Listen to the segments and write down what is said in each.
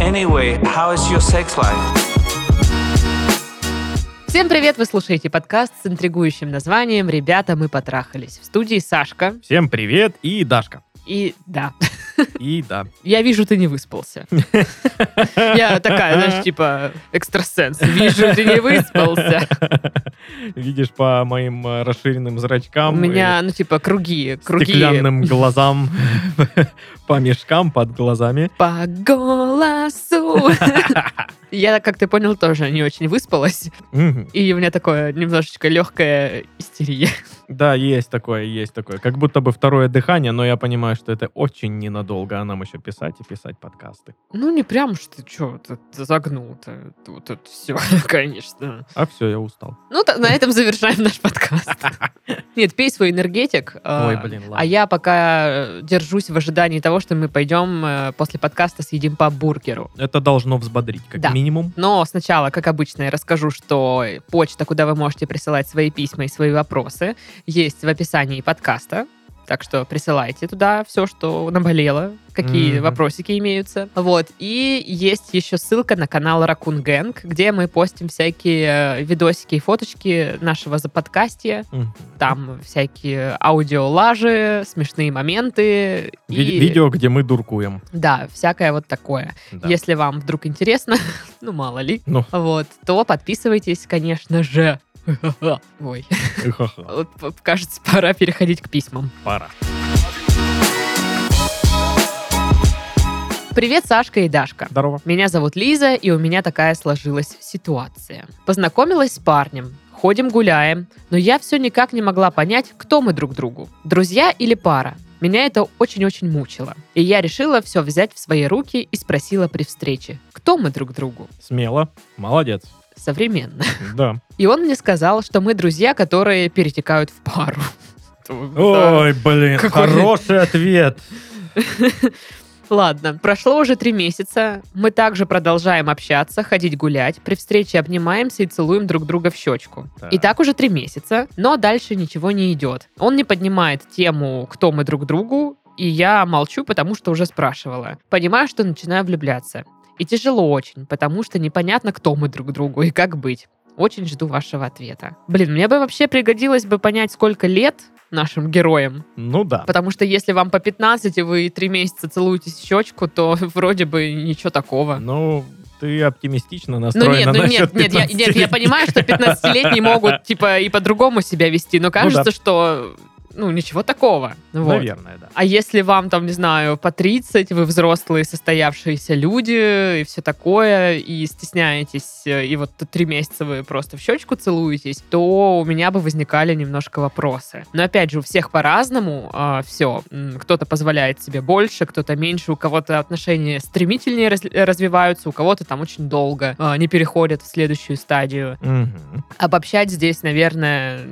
Anyway, how is your sex life? Всем привет! Вы слушаете подкаст с интригующим названием «Ребята, мы потрахались». В студии Сашка. Всем привет и Дашка. И да. И да. Я вижу, ты не выспался. Я такая, знаешь, типа экстрасенс. Вижу, ты не выспался. Видишь по моим расширенным зрачкам. У меня, круги. Стеклянным глазам. По мешкам под глазами. По голосу. Я, как ты понял, тоже не очень выспалась. И у меня такое немножечко легкая истерия. Да, есть такое. Как будто бы второе дыхание, но я понимаю, что это очень ненадолго, а нам еще писать и писать подкасты. Ну, не прям, что ты что, загнул-то. Вот это все, конечно. А все, я устал. Ну, на этом завершаем наш подкаст. Нет, пей свой энергетик. Ой, блин, ладно. А я пока держусь в ожидании того, что мы пойдем после подкаста съедим по бургеру. Это должно взбодрить, как минимум. Но сначала, как обычно, я расскажу, что почта, куда вы можете присылать свои письма и свои вопросы, есть в описании подкаста. Так что присылайте туда все, что наболело, какие вопросики имеются. Вот. И есть еще ссылка на канал Raccoon Gang, где мы постим всякие видосики и фоточки нашего заподкастия. Там всякие аудиолажи, смешные моменты. Видео, где мы дуркуем. Да, всякое вот такое. Да. Если вам вдруг интересно, ну мало ли, вот, то подписывайтесь, конечно же. Ой. Вот, кажется, пора переходить к письмам. Пора. Привет, Сашка и Дашка. Здорово. Меня зовут Лиза, и у меня такая сложилась ситуация. Познакомилась с парнем, ходим гуляем, но я все никак не могла понять, кто мы друг другу. Друзья или пара? Меня это очень-очень мучило. И я решила все взять в свои руки и спросила при встрече, кто мы друг другу? Смело. Молодец. Современно. Да. И он мне сказал, что мы друзья, которые перетекают в пару. Ой, блин, хороший ответ. Ладно, прошло уже 3 месяца. Мы также продолжаем общаться, ходить гулять. При встрече обнимаемся и целуем друг друга в щечку. И так уже 3 месяца, но дальше ничего не идет. Он не поднимает тему, кто мы друг другу, и я молчу, потому что уже спрашивала. Понимаю, что начинаю влюбляться. И тяжело очень, потому что непонятно, кто мы друг другу и как быть. Очень жду вашего ответа. Блин, мне бы вообще пригодилось бы понять, сколько лет нашим героям. Ну да. Потому что если вам по 15, и вы 3 месяца целуетесь в щечку, то вроде бы ничего такого. Ну, ты оптимистично настроена насчет 15-летних. Нет, я понимаю, что 15-летние могут и по-другому себя вести, но кажется, что... ничего такого. Вот. Наверное, да. А если вам, там, не знаю, по 30, вы взрослые состоявшиеся люди, и все такое, и стесняетесь, и вот 3 месяца вы просто в щечку целуетесь, то у меня бы возникали немножко вопросы. Но опять же, у всех по-разному все. Кто-то позволяет себе больше, кто-то меньше, у кого-то отношения стремительнее развиваются, у кого-то там очень долго не переходят в следующую стадию. Обобщать здесь, наверное,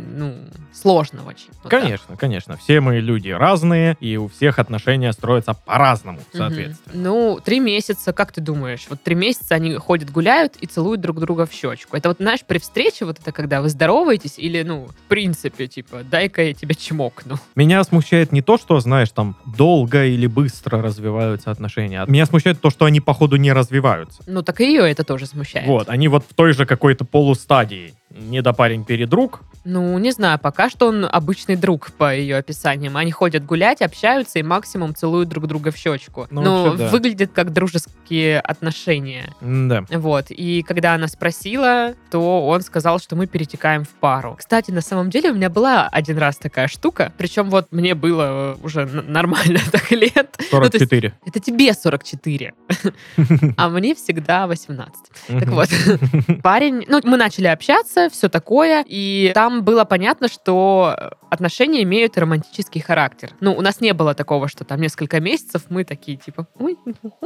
сложно очень. Конечно. Все мы люди разные, и у всех отношения строятся по-разному, соответственно. 3 месяца, как ты думаешь? Вот 3 месяца они ходят, гуляют и целуют друг друга в щечку. Это вот, знаешь, при встрече вот это когда вы здороваетесь или, в принципе, типа, дай-ка я тебя чмокну. Меня смущает не то, что, знаешь, там, долго или быстро развиваются отношения. Меня смущает то, что они, походу, не развиваются. Так и ее это тоже смущает. Вот, они вот в той же какой-то полустадии. Недопарень-передруг. Не знаю, пока что он обычный друг по ее описаниям. Они ходят гулять, общаются и максимум целуют друг друга в щечку. Выглядит как дружеские отношения. Да. Вот. И когда она спросила, то он сказал, что мы перетекаем в пару. Кстати, на самом деле у меня была один раз такая штука, причем вот мне было уже нормально так лет. 44. Это тебе 44. А мне всегда 18. Так вот, парень... мы начали общаться, все такое, и там было понятно, что отношения имеют романтический характер. У нас не было такого, что там несколько месяцев мы такие, типа, ой,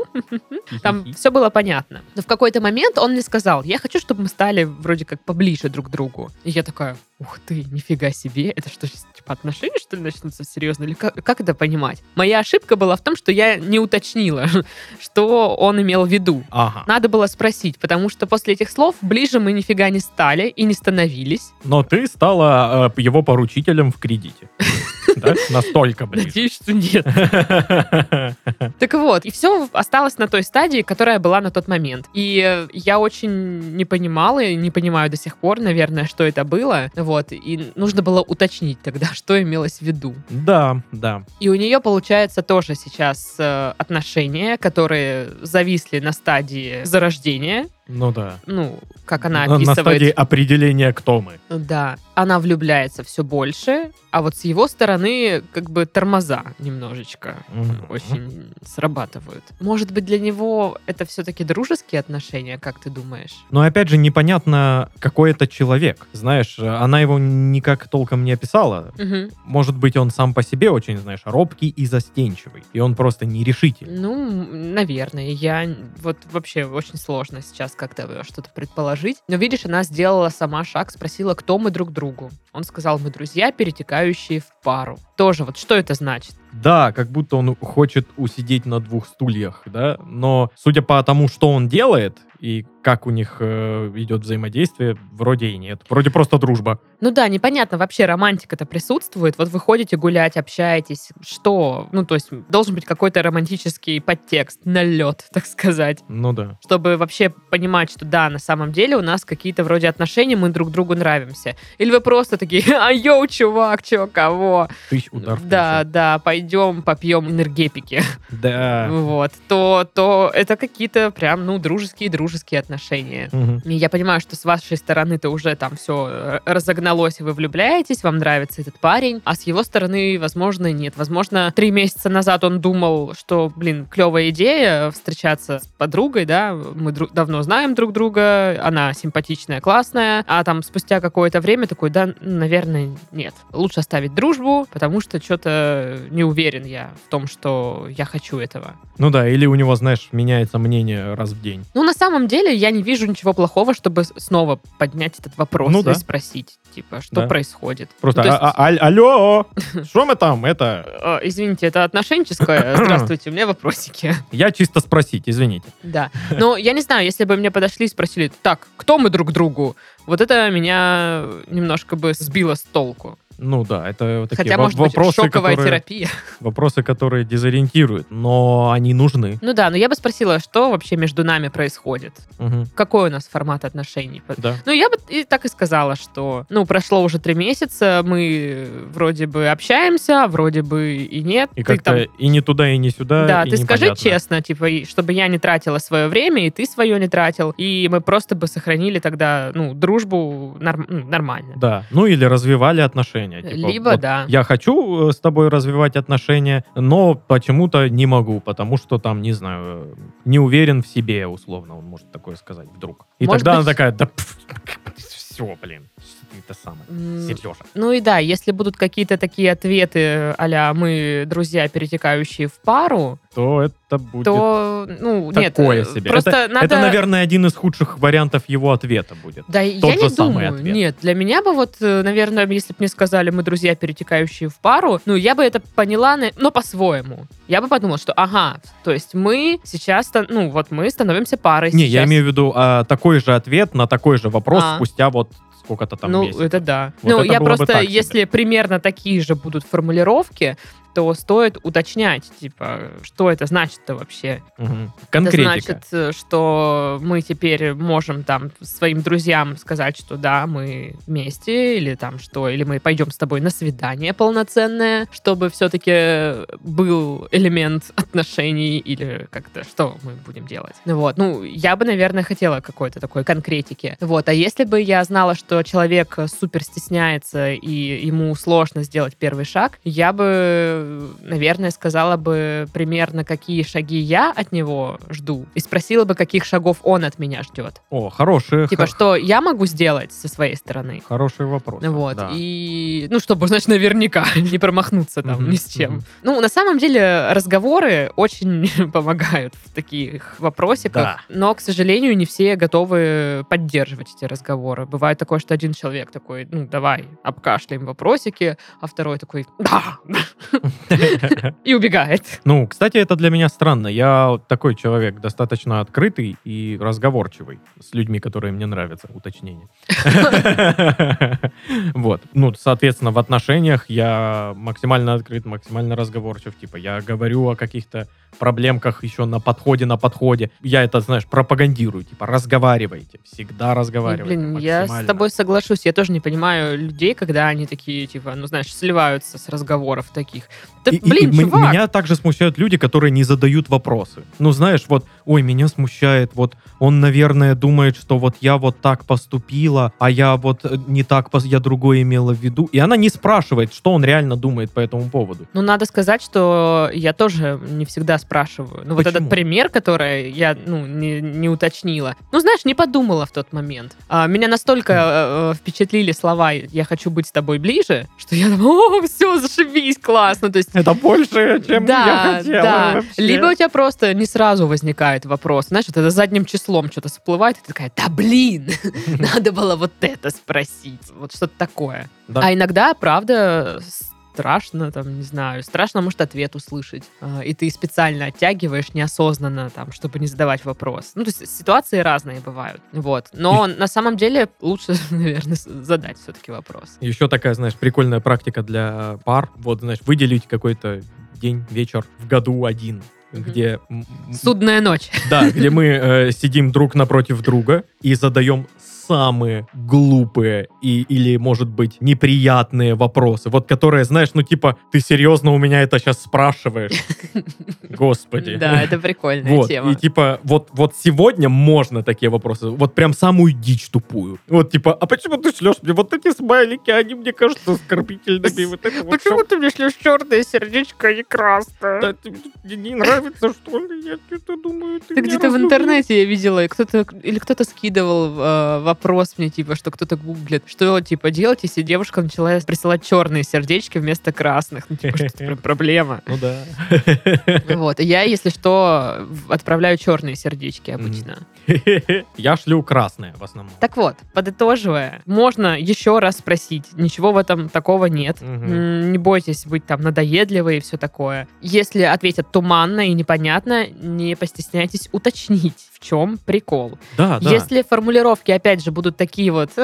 там все было понятно. Но в какой-то момент он мне сказал, я хочу, чтобы мы стали вроде как поближе друг к другу. И я такая, ух ты, нифига себе, это что, типа отношения, что ли, начнутся серьезно? Или как это понимать? Моя ошибка была в том, что я не уточнила, что он имел в виду. Надо было спросить, потому что после этих слов ближе мы нифига не стали и не становились. Но ты стала его поручителем в кредите. Да? Настолько ближе. Надеюсь, что нет. Так вот, и все осталось на той стадии, которая была на тот момент. И я очень не понимала, и не понимаю до сих пор, наверное, что это было. Вот, и нужно было уточнить тогда, что имелось в виду. Да. И у нее, получается, тоже сейчас отношения, которые зависли на стадии зарождения. Ну да. Ну, как она На описывает. стадии определения, кто мы. Да, она влюбляется все больше, а вот с его стороны как бы тормоза немножечко очень срабатывают. Может быть, для него это все-таки дружеские отношения, как ты думаешь? Но опять же, непонятно, какой это человек. Знаешь, она его никак толком не описала. Мгм. Может быть, он сам по себе очень, знаешь, робкий и застенчивый. И он просто нерешительный. Ну, наверное, я вот вообще очень сложно сейчас как-то что-то предположить. Но видишь, она сделала сама шаг, спросила, кто мы друг другу. Он сказал, мы друзья, перетекающие в пару. Тоже вот что это значит? Да, как будто он хочет усидеть на двух стульях, да? Но судя по тому, что он делает, и как у них идет взаимодействие, вроде и нет. Вроде просто дружба. Ну да, непонятно, вообще романтика-то присутствует. Вот вы ходите гулять, общаетесь, что? Ну, то есть должен быть какой-то романтический подтекст, налет, так сказать. Ну да. Чтобы вообще понимать, что да, на самом деле у нас какие-то вроде отношения, мы друг другу нравимся. Или вы просто такие, йоу, чувак, чё, кого? Удар в Да, да, пойдем попьем энергетики. Да. Вот. То это какие-то прям, ну, дружеские отношения. Мгм. И я понимаю, что с вашей стороны-то уже там все разогналось, и вы влюбляетесь, вам нравится этот парень, а с его стороны, возможно, нет. Возможно, 3 месяца назад он думал, что, блин, клевая идея встречаться с подругой, да, мы давно знаем друг друга, она симпатичная, классная, а там спустя какое-то время такой, да, наверное, нет. Лучше оставить дружбу, потому что что-то не уверен я в том, что я хочу этого. Ну да, или у него, знаешь, меняется мнение раз в день. Ну, на самом деле, я не вижу ничего плохого, чтобы снова поднять этот вопрос Ну и да. спросить, типа, что Да. происходит. Просто, Ну, то есть, алло, что мы там, это... извините, это отношенческое? Здравствуйте, у меня вопросики. Я чисто спросить, извините. Да. Но я не знаю, если бы мне подошли и спросили, так, кто мы друг другу? Вот это меня немножко бы сбило с толку. Ну да, это вот такие Хотя, может быть, вопросы, шоковая которые, терапия. вопросы, которые дезориентируют, но они нужны. Ну да, но я бы спросила, что вообще между нами происходит? Мгм. Какой у нас формат отношений? Да. Ну, я бы и так и сказала, что, ну, прошло уже 3 месяца, мы вроде бы общаемся, а вроде бы и нет. И Ты как-то и не туда, и не сюда. Да, и ты скажи непонятно. честно, типа, чтобы я не тратила свое время, и ты свое не тратил, и мы просто бы сохранили тогда, ну, дружбу нормально. Да, ну или развивали отношения. Типа, Либо, вот да. Я хочу с тобой развивать отношения, но почему-то не могу, потому что там, не знаю, не уверен в себе, условно, он может такое сказать вдруг. И Может тогда быть- она такая, да все, блин, это самое, Сережа. Ну и да, если будут какие-то такие ответы а-ля мы друзья, перетекающие в пару, То это будет то, ну, нет. такое себе. Просто это, надо... это, наверное, один из худших вариантов его ответа будет. Да, я тот не же самый думаю. ответ. Нет, для меня бы вот, наверное, если бы мне сказали, мы друзья, перетекающие в пару, ну, я бы это поняла, но по-своему. Я бы подумала, что, ага, то есть мы сейчас, ну, вот мы становимся парой Не, сейчас. я имею в виду такой же ответ на такой же вопрос А. спустя вот сколько-то там Ну, месяцев. это да. Вот Ну, это я было бы просто, так себе. если примерно такие же будут формулировки, то стоит уточнять, типа, что это значит-то вообще. Мгм. Конкретика. Это значит, что мы теперь можем там своим друзьям сказать, что да, мы вместе, или там что, или мы пойдем с тобой на свидание полноценное, чтобы все-таки был элемент отношений, или как-то что мы будем делать. Вот, ну, я бы, наверное, хотела какой-то такой конкретики. Вот, а если бы я знала, что человек супер стесняется, и ему сложно сделать первый шаг, я бы, наверное, сказала бы примерно, какие шаги я от него жду, и спросила бы, каких шагов он от меня ждет. О, хороший, Типа, что я могу сделать со своей стороны? хороший вопрос. Вот, да. и, ну, чтобы, значит, наверняка не промахнуться там Мгм, ни с чем. мгм. Ну, на самом деле, разговоры очень помогают в таких вопросиках, Да. но, к сожалению, не все готовы поддерживать эти разговоры. Бывает такое, что один человек такой, ну, давай, обкашляем вопросики, а второй такой, да, и убегает. Ну, кстати, это для меня странно. Я такой человек достаточно открытый и разговорчивый с людьми, которые мне нравятся, уточнение. Вот. Ну, соответственно, в отношениях я максимально открыт, максимально разговорчив. Типа, я говорю о каких-то проблемках еще на подходе. Я это, знаешь, пропагандирую. Типа, разговаривайте. Всегда разговаривайте. Блин, я с тобой соглашусь. Я тоже не понимаю людей, когда они такие, типа, ну, знаешь, сливаются с разговоров таких. Да, блин, чувак! Меня также смущают люди, которые не задают вопросы. Ну, знаешь, вот, ой, меня смущает, вот, он, наверное, думает, что вот я вот так поступила, а я вот не так, я другое имела в виду. И она не спрашивает, что он реально думает по этому поводу. Ну, надо сказать, что я тоже не всегда спрашиваю. Ну, вот Почему? этот пример, который я, ну, не уточнила. Ну, знаешь, не подумала в тот момент. Меня настолько впечатлили слова «я хочу быть с тобой ближе», что я думаю, о, все, зашибись, классно. То есть, Это больше, чем я хотела вообще. Либо у тебя просто не сразу возникает вопрос. Знаешь, вот это задним числом что-то всплывает, и ты такая, да блин, надо было вот это спросить. Вот что-то такое. Да. А иногда, правда, страшно, там, не знаю, страшно, может, ответ услышать. И ты специально оттягиваешь неосознанно, там, чтобы не задавать вопрос. Ну, то есть ситуации разные бывают. Вот. Но на самом деле лучше, наверное, задать все-таки вопрос. Еще такая, знаешь, прикольная практика для пар. Вот, знаешь, выделить какой-то день, вечер в году один, где... Судная ночь. Да, где мы сидим друг напротив друга и задаем самые глупые или, может быть, неприятные вопросы. Вот которые, знаешь, ну типа, ты серьезно у меня это сейчас спрашиваешь? Господи. Да, это прикольная вот. тема. И типа, вот сегодня можно такие вопросы, вот прям самую дичь тупую. Вот типа, а почему ты шлешь мне вот эти смайлики, они мне кажутся оскорбительными. Вот это вот Почему ты мне шлешь черное сердечко, а не красное? Да, тебе не нравится, что ли? Я что-то думаю, ты Ты меня где-то в разлюбил. интернете я видела, кто-то скидывал вопрос мне, типа, что кто-то гуглит, что, типа, делать, если девушка начала присылать черные сердечки вместо красных. Ну, типа, что это прям проблема. Ну да. Вот. И я, если что, отправляю черные сердечки обычно. Я шлю красное в основном. Так вот, подытоживая, можно еще раз спросить. Ничего в этом такого нет. Не бойтесь быть там надоедливой и все такое. Если ответят туманно и непонятно, не постесняйтесь уточнить, в чем прикол. Да, да. Если формулировки, опять же, будут такие вот,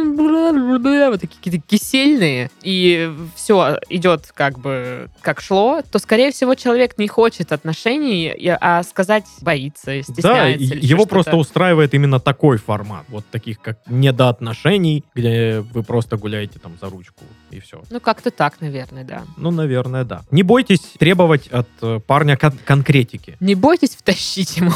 вот такие какие-то кисельные, и все идет как бы как шло, то, скорее всего, человек не хочет отношений, а сказать боится, Да, стесняется. или его еще просто что-то. устраивает именно такой формат. Вот таких, как недоотношений, где вы просто гуляете там за ручку, и все. Ну, как-то так, наверное, да. Ну, наверное, да. Не бойтесь требовать от парня конкретики. Не бойтесь втащить ему.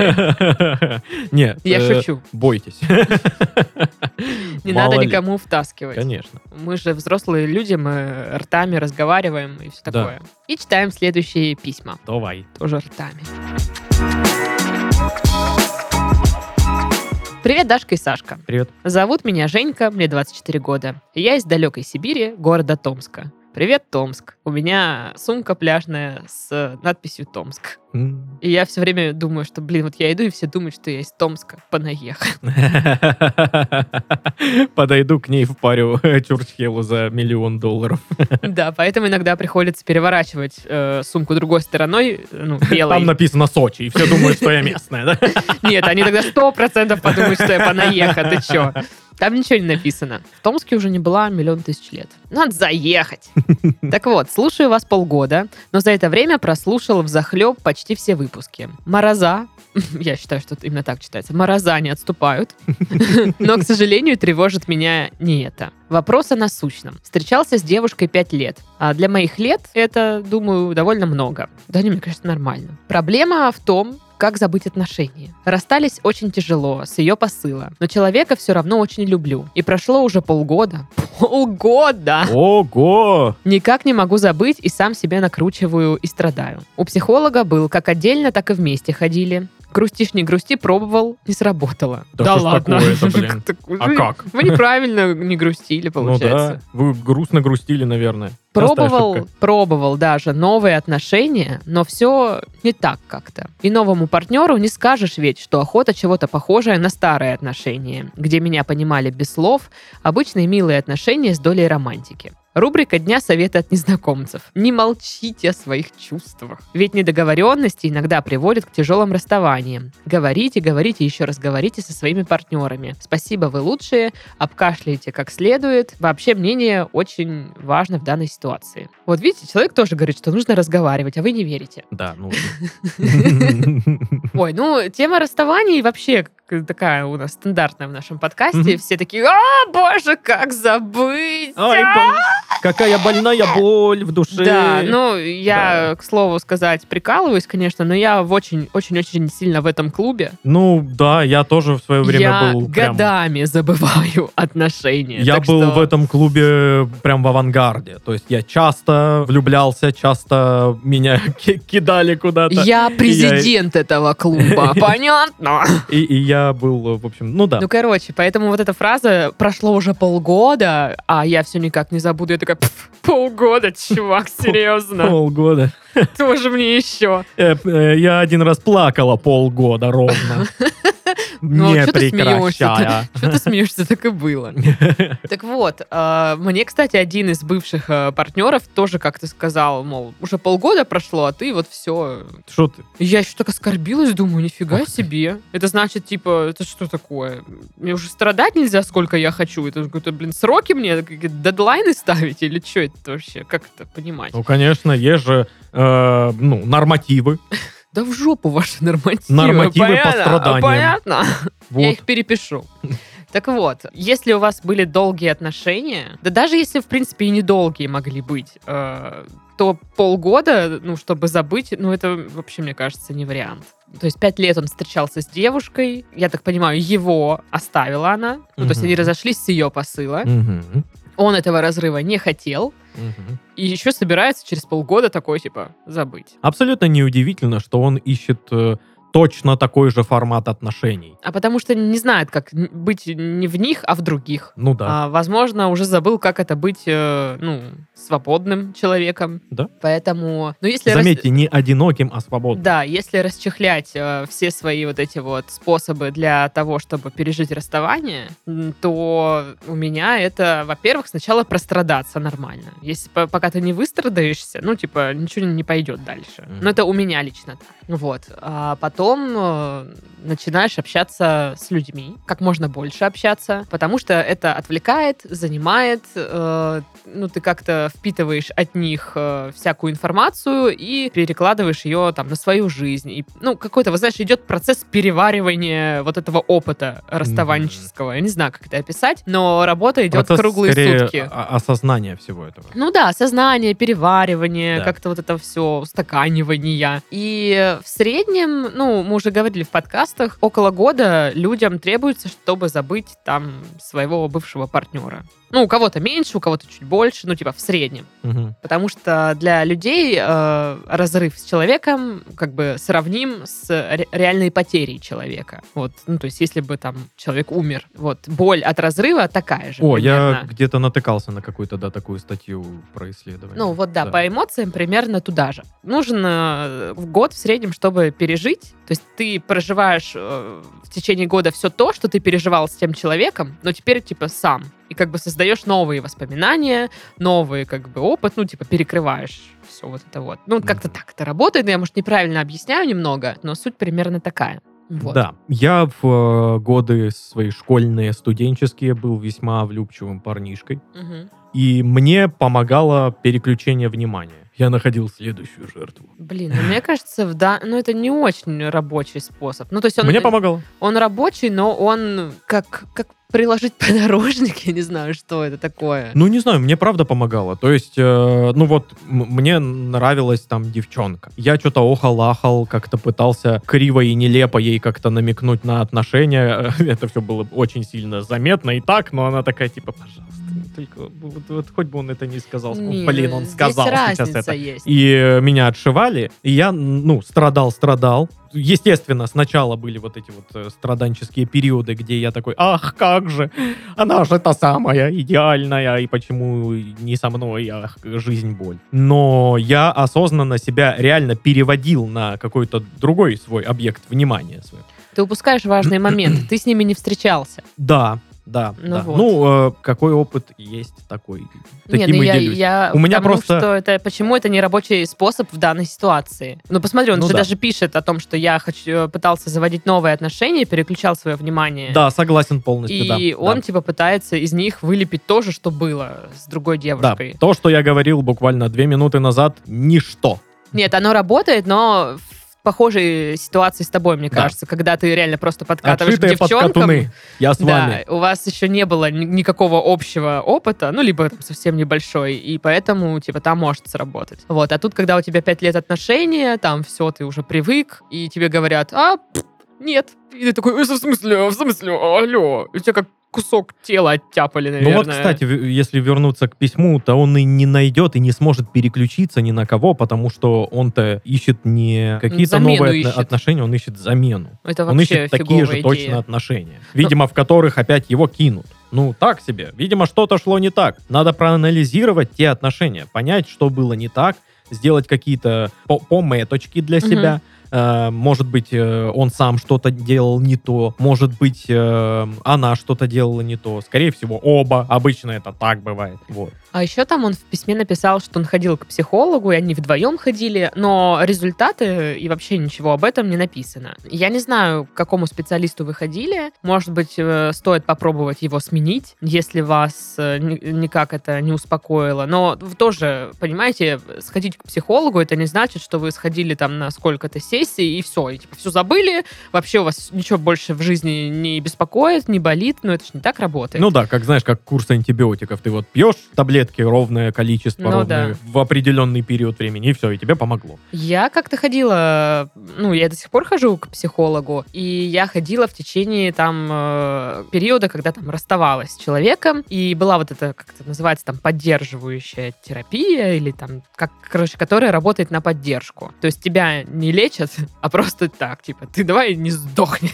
Нет. Я шучу. Бойтесь. Не Мало надо ли. никому втаскивать. Конечно. Мы же взрослые люди, мы ртами разговариваем и все Да. такое. И читаем следующие письма. Давай. Тоже ртами. Привет, Дашка и Сашка. Привет. Зовут меня Женька, мне 24 года. И я из далекой Сибири, города Томска. Привет, Томск. У меня сумка пляжная с надписью «Томск». И я все время думаю, что, блин, вот я иду, и все думают, что я из Томска. Понаехал. Подойду к ней в парю чурчхелу за $1 миллион. Да, поэтому иногда приходится переворачивать сумку другой стороной, ну, белой. Там написано Сочи, и все думают, что я местная, да? Нет, они тогда 100% подумают, что я понаеха. Ты чё? Там ничего не написано. В Томске уже не была 1 000 000 лет. Надо заехать. Так вот, слушаю вас полгода, но за это время прослушал взахлеб почти все выпуски. Мороза, я считаю, что это именно так читается, мороза не отступают, но, к сожалению, тревожит меня не это. Вопрос о насущном. Встречался с девушкой 5 лет, а для моих лет это, думаю, довольно много. Да, мне кажется, нормально. Проблема в том, как забыть отношения. Расстались очень тяжело, с ее посыла. Но человека все равно очень люблю. И прошло уже полгода. Полгода! Ого! Никак не могу забыть и сам себя накручиваю и страдаю. У психолога был как отдельно, так и вместе ходили. Грустишь, не грусти, пробовал, не сработало. Да что ж ладно. такое-то, блин? А как? Вы неправильно не грустили, Ну получается. да, вы грустно грустили, наверное. Простая ошибка. Пробовал даже новые отношения, но все не так как-то. И новому партнеру не скажешь ведь, что охота чего-то похожее на старые отношения, где меня понимали без слов, обычные милые отношения с долей романтики. Рубрика «Дня совета от незнакомцев». Не молчите о своих чувствах. Ведь недоговоренности иногда приводят к тяжелым расставаниям. Говорите, говорите, еще раз говорите со своими партнерами. Спасибо, вы лучшие. Обкашляйте как следует. Вообще мнение очень важно в данной ситуации. Вот видите, человек тоже говорит, что нужно разговаривать, а вы не верите. Да, ну... Ой, ну, тема расставаний вообще такая у нас стандартная в нашем подкасте. Все такие, боже, как забыть! Ой, какая больная боль в душе. Да, ну, я, к слову сказать, прикалываюсь, конечно, но я очень-очень сильно в этом клубе. Ну, да, я тоже в свое время был прям... годами забываю отношения. Я был в этом клубе прям в авангарде. То есть я часто влюблялся, часто меня кидали куда-то. Я президент этого клуба, понятно? И я был, в общем, ну да. Ну, короче, поэтому вот эта фраза «прошло уже полгода, а я все никак не забуду», я такая, полгода, чувак, серьезно? Полгода. Тоже мне еще. Я один раз плакала полгода ровно. Не прекращая. Что ты смеешься, так и было. Так вот, мне, кстати, один из бывших партнеров тоже как-то сказал, мол, уже полгода прошло, а ты вот все... Что ты? Я еще так оскорбилась, думаю, нифига себе. Это значит, типа, это что такое? Мне уже страдать нельзя, сколько я хочу. Это какие-то, сроки мне, дедлайны ставить или что это вообще? Как это понимать? Ну, конечно, есть же нормативы. Да в жопу ваши нормативы. Нормативы понятно? по страданиям. Понятно? Вот. Я их перепишу. Так вот, если у вас были долгие отношения, да даже если, в принципе, и недолгие могли быть, то полгода, чтобы забыть, это вообще, мне кажется, не вариант. То есть 5 лет он встречался с девушкой, я так понимаю, его оставила она, то есть они разошлись с ее посыла. Он этого разрыва не хотел. И еще собирается через полгода такой, типа, забыть. Абсолютно неудивительно, что он ищет точно такой же формат отношений. А потому что не знает, как быть не в них, а в других. Ну да. Возможно, уже забыл, как это быть, свободным человеком. Да. Поэтому... если заметьте, не одиноким, а свободным. Да, если расчехлять все свои вот эти вот способы для того, чтобы пережить расставание, то у меня это, во-первых, сначала прострадаться нормально. Если пока ты не выстрадаешься, ничего не пойдет дальше. Но это у меня лично так. Вот. А потом начинаешь общаться с людьми, как можно больше общаться, потому что это отвлекает, занимает, ты как-то впитываешь от них всякую информацию и перекладываешь ее там на свою жизнь. И, какой-то, вы знаешь, идет процесс переваривания вот этого опыта расставанческого. Я не знаю, как это описать, но работа идет процесс, круглые скорее, сутки. Осознание всего этого. Осознание, переваривание, да. Как-то вот это все, устаканивание. И в среднем, мы уже говорили в подкастах, около года людям требуется, чтобы забыть там своего бывшего партнера. У кого-то меньше, у кого-то чуть больше, в среднем. Угу. Потому что для людей разрыв с человеком как бы сравним с реальной потерей человека. Вот. То есть, если бы там человек умер, боль от разрыва такая же. Примерно. Я где-то натыкался на какую-то, такую статью про исследование. Да, по эмоциям примерно туда же. Нужен год в среднем, чтобы пережить. То есть, ты проживаешь в течение года все то, что ты переживал с тем человеком, но теперь, сам. И как бы создаешь новые воспоминания, новый как бы опыт, перекрываешь все вот это вот. Как-то так это работает, я, может, неправильно объясняю немного, но суть примерно такая. Вот. Да, я в годы свои школьные, студенческие был весьма влюбчивым парнишкой, и мне помогало переключение внимания. Я находил следующую жертву. Блин, мне кажется, это не очень рабочий способ. То есть мне помогало. Он рабочий, но он как приложить подорожник, я не знаю, что это такое. Не знаю, мне правда помогало. То есть, мне нравилась там девчонка. Я что-то охал-ахал, как-то пытался криво и нелепо ей как-то намекнуть на отношения. Это все было очень сильно заметно и так, но она такая, пожалуйста, только вот хоть бы он это не сказал. Блин, он сказал сейчас это. Есть. И меня отшивали, и я, страдал. Естественно, сначала были вот эти вот страданческие периоды, где я такой, ах, как же, она же та самая идеальная, и почему не со мной, ах, жизнь боль. Но я осознанно себя реально переводил на какой-то другой свой объект внимания. Ты упускаешь важные моменты, ты с ними не встречался. Да, Да, Ну да. вот. Ну, какой опыт есть, такой. Таким Не, ну и я, делюсь. я У меня к тому, просто- что это, почему это не рабочий способ в данной ситуации. Ну, посмотри, он Ну же да. даже пишет о том, что я пытался заводить новые отношения, переключал свое внимание. Да, согласен полностью, да. И он, да. типа, пытается из них вылепить то же, что было с другой Да, девушкой. то, что я говорил буквально 2 минуты назад, ничто. Нет, оно работает, но в похожей ситуации с тобой, мне Да. кажется, когда ты реально просто подкатываешь Отшитые к девчонкам. подкатуны. Я с Да, вами. у вас еще не было никакого общего опыта, ну, либо там совсем небольшой, и поэтому, типа, там может сработать. Вот, а тут, когда у тебя 5 лет отношения, там все, ты уже привык, и тебе говорят, нет. И ты такой, в смысле, алло, у тебя как кусок тела оттяпали, наверное. Ну вот, кстати, если вернуться к письму, то он и не найдет, и не сможет переключиться ни на кого, потому что он-то ищет не какие-то Замену новые ищет. отношения, он ищет замену. Это Он вообще ищет такие же фиговая точно идея. отношения. Видимо, в которых опять его кинут. Ну, так себе. Видимо, что-то шло не так. Надо проанализировать те отношения, понять, что было не так, сделать какие-то пометочки для Мгм. себя. Может быть, он сам что-то делал не то. Может быть, она что-то делала не то. Скорее всего, оба. Обычно это так бывает. Вот. А еще там он в письме написал, что он ходил к психологу, и они вдвоем ходили, но результаты и вообще ничего об этом не написано. Я не знаю, к какому специалисту вы ходили. Может быть, стоит попробовать его сменить, если вас никак это не успокоило. Но вы тоже, понимаете, сходить к психологу, это не значит, что вы сходили там на сколько-то сессий, и все, и типа все забыли, вообще у вас ничего больше в жизни не беспокоит, не болит, но это же не так работает. Ну да, как знаешь, как курс антибиотиков. Ты вот пьешь таблетки ровное количество, Ну ровное да. в определенный период времени, и все, и тебе помогло. Я как-то ходила, ну, я до сих пор хожу к психологу, и я ходила в течение там периода, когда там расставалась с человеком, и была вот эта, как это называется, там, поддерживающая терапия, или там, короче, которая работает на поддержку. То есть тебя не лечат, а просто так, типа, ты давай не сдохни,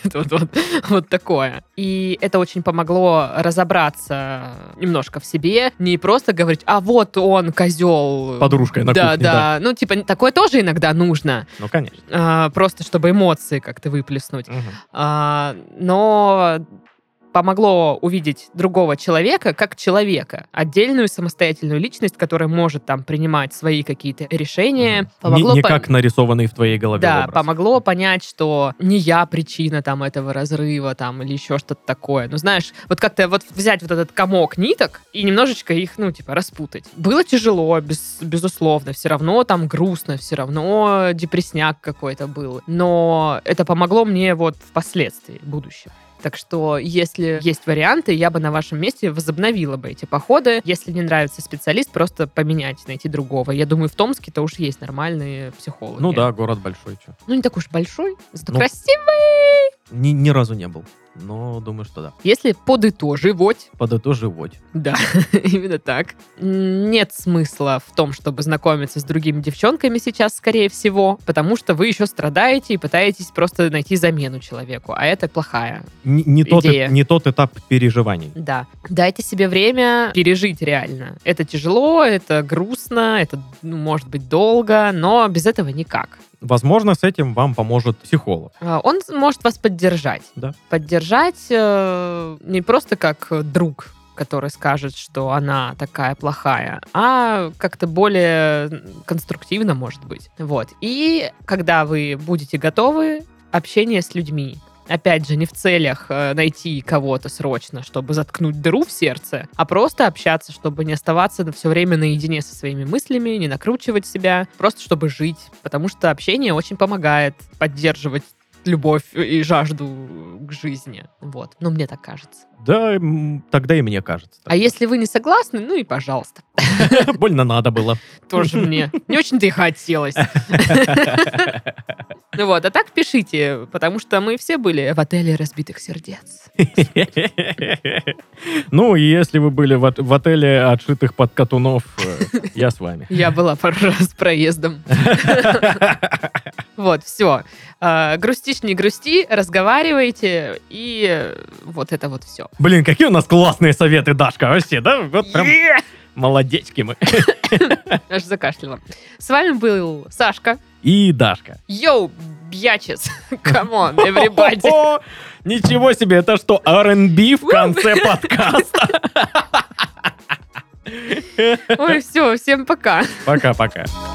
вот такое. И это очень помогло разобраться немножко в себе, не просто говорить, а вот он, козел. Подружкой на да, кухне, да. Ну, типа, такое тоже иногда нужно. Ну, конечно. Просто чтобы эмоции как-то выплеснуть. Мгм. Но помогло увидеть другого человека как человека, отдельную самостоятельную личность, которая может там принимать свои какие-то решения. Помогло Не как нарисованный в твоей голове да, образ. помогло понять, что не я причина там этого разрыва там или еще что-то такое. Ну, знаешь, вот как-то вот взять вот этот комок ниток и немножечко их, ну, типа, распутать. Было тяжело, безусловно, все равно там грустно, все равно депрессняк какой-то был. Но это помогло мне вот впоследствии, в будущем. Так что, если есть варианты, я бы на вашем месте возобновила бы эти походы. Если не нравится специалист, просто поменять, найти другого. Я думаю, в Томске-то уж есть нормальные психологи. Ну да, город большой. Чё. Ну, не такой уж большой, зато Ну. красивый. Ни разу не был. Но думаю, что да. Если подытоживать, Подытоживать. да, именно так, нет смысла в том, чтобы знакомиться с другими девчонками сейчас, скорее всего, потому что вы еще страдаете и пытаетесь просто найти замену человеку, а это плохая. Не тот этап переживаний. Да. Дайте себе время пережить реально. Это тяжело, это грустно, это, ну, может быть, долго, но без этого никак. Возможно, с этим вам поможет психолог. Он может вас поддержать. Да. Поддержать не просто как друг, который скажет, что она такая плохая, а как-то более конструктивно, может быть. Вот. И когда вы будете готовы, общение с людьми. Опять же, не в целях найти кого-то срочно, чтобы заткнуть дыру в сердце, а просто общаться, чтобы не оставаться все время наедине со своими мыслями, не накручивать себя, просто чтобы жить. Потому что общение очень помогает поддерживать любовь и жажду к жизни. Вот. Ну, мне так кажется. Да, тогда и мне кажется. А если вы не согласны, ну и пожалуйста. Больно надо было. Тоже мне. Не очень-то и хотелось. Ну вот, а так пишите, потому что мы все были в отеле разбитых сердец. Ну, и если вы были в отеле отшитых подкатунов, я с вами. Я была пару раз с проездом. Вот, все. Грустишь, не грусти, разговаривайте, и вот это вот все. Блин, какие у нас классные советы, Дашка, вообще, да? Вот прям молодечки мы. Аж закашляла. С вами был Сашка. И Дашка. Йоу, бьячес. Come on, everybody. О, ничего себе, это что, R&B в конце подкаста? Ой, все, всем пока. Пока-пока.